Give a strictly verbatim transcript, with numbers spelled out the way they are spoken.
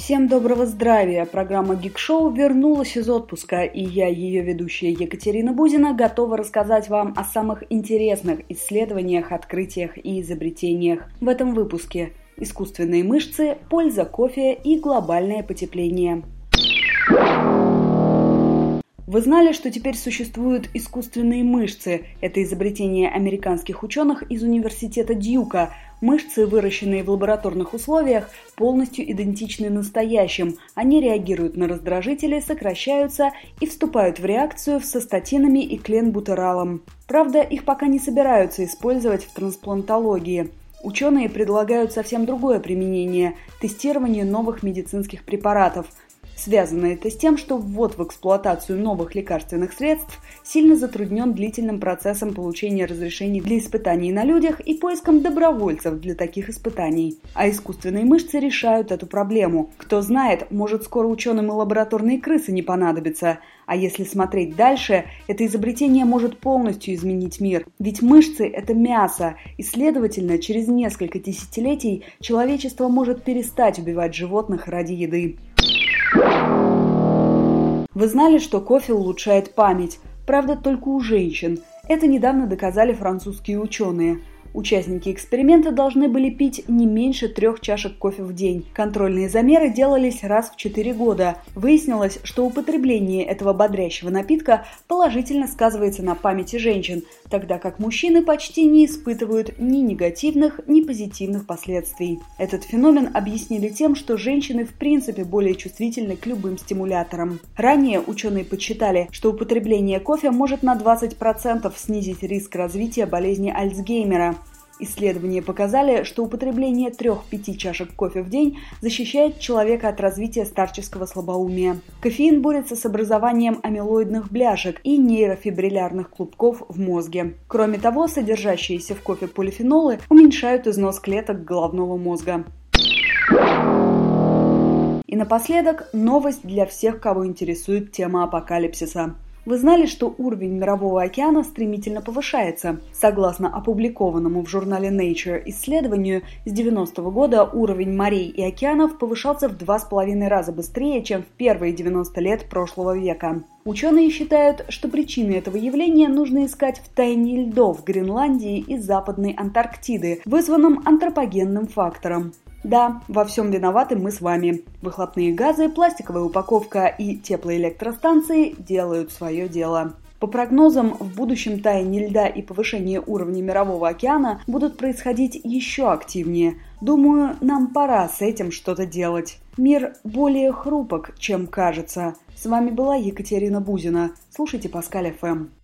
Всем доброго здравия! Программа Geek Show вернулась из отпуска, и я, ее ведущая Екатерина Бузина, готова рассказать вам о самых интересных исследованиях, открытиях и изобретениях. В этом выпуске искусственные мышцы, польза кофе и глобальное потепление. Вы знали, что теперь существуют искусственные мышцы? Это изобретение американских ученых из университета Дьюка. Мышцы, выращенные в лабораторных условиях, полностью идентичны настоящим. Они реагируют на раздражители, сокращаются и вступают в реакцию с статинами и кленбутералом. Правда, их пока не собираются использовать в трансплантологии. Ученые предлагают совсем другое применение – тестирование новых медицинских препаратов. Связано это с тем, что ввод в эксплуатацию новых лекарственных средств сильно затруднен длительным процессом получения разрешений для испытаний на людях и поиском добровольцев для таких испытаний. А искусственные мышцы решают эту проблему. Кто знает, может, скоро ученым и лабораторные крысы не понадобятся. А если смотреть дальше, это изобретение может полностью изменить мир. Ведь мышцы – это мясо, и, следовательно, через несколько десятилетий человечество может перестать убивать животных ради еды. Вы знали, что кофе улучшает память? Правда, только у женщин. Это недавно доказали французские ученые. Участники эксперимента должны были пить не меньше трех чашек кофе в день. Контрольные замеры делались раз в четыре года. Выяснилось, что употребление этого бодрящего напитка положительно сказывается на памяти женщин, тогда как мужчины почти не испытывают ни негативных, ни позитивных последствий. Этот феномен объяснили тем, что женщины в принципе более чувствительны к любым стимуляторам. Ранее ученые подсчитали, что употребление кофе может на двадцать процентов снизить риск развития болезни Альцгеймера. Исследования показали, что употребление трех-пяти чашек кофе в день защищает человека от развития старческого слабоумия. Кофеин борется с образованием амилоидных бляшек и нейрофибриллярных клубков в мозге. Кроме того, содержащиеся в кофе полифенолы уменьшают износ клеток головного мозга. И напоследок новость для всех, кого интересует тема апокалипсиса. Вы знали, что уровень Мирового океана стремительно повышается? Согласно опубликованному в журнале Nature исследованию, с девяностого года уровень морей и океанов повышался в два с половиной раза быстрее, чем в первые девяносто лет прошлого века. Ученые считают, что причины этого явления нужно искать в тайне льдов Гренландии и Западной Антарктиды, вызванном антропогенным фактором. Да, во всем виноваты мы с вами. Выхлопные газы, пластиковая упаковка и теплоэлектростанции делают свое дело. По прогнозам, в будущем таяние льда и повышение уровня Мирового океана будут происходить еще активнее. Думаю, нам пора с этим что-то делать. Мир более хрупок, чем кажется. С вами была Екатерина Бузина. Слушайте Паскаль эф эм.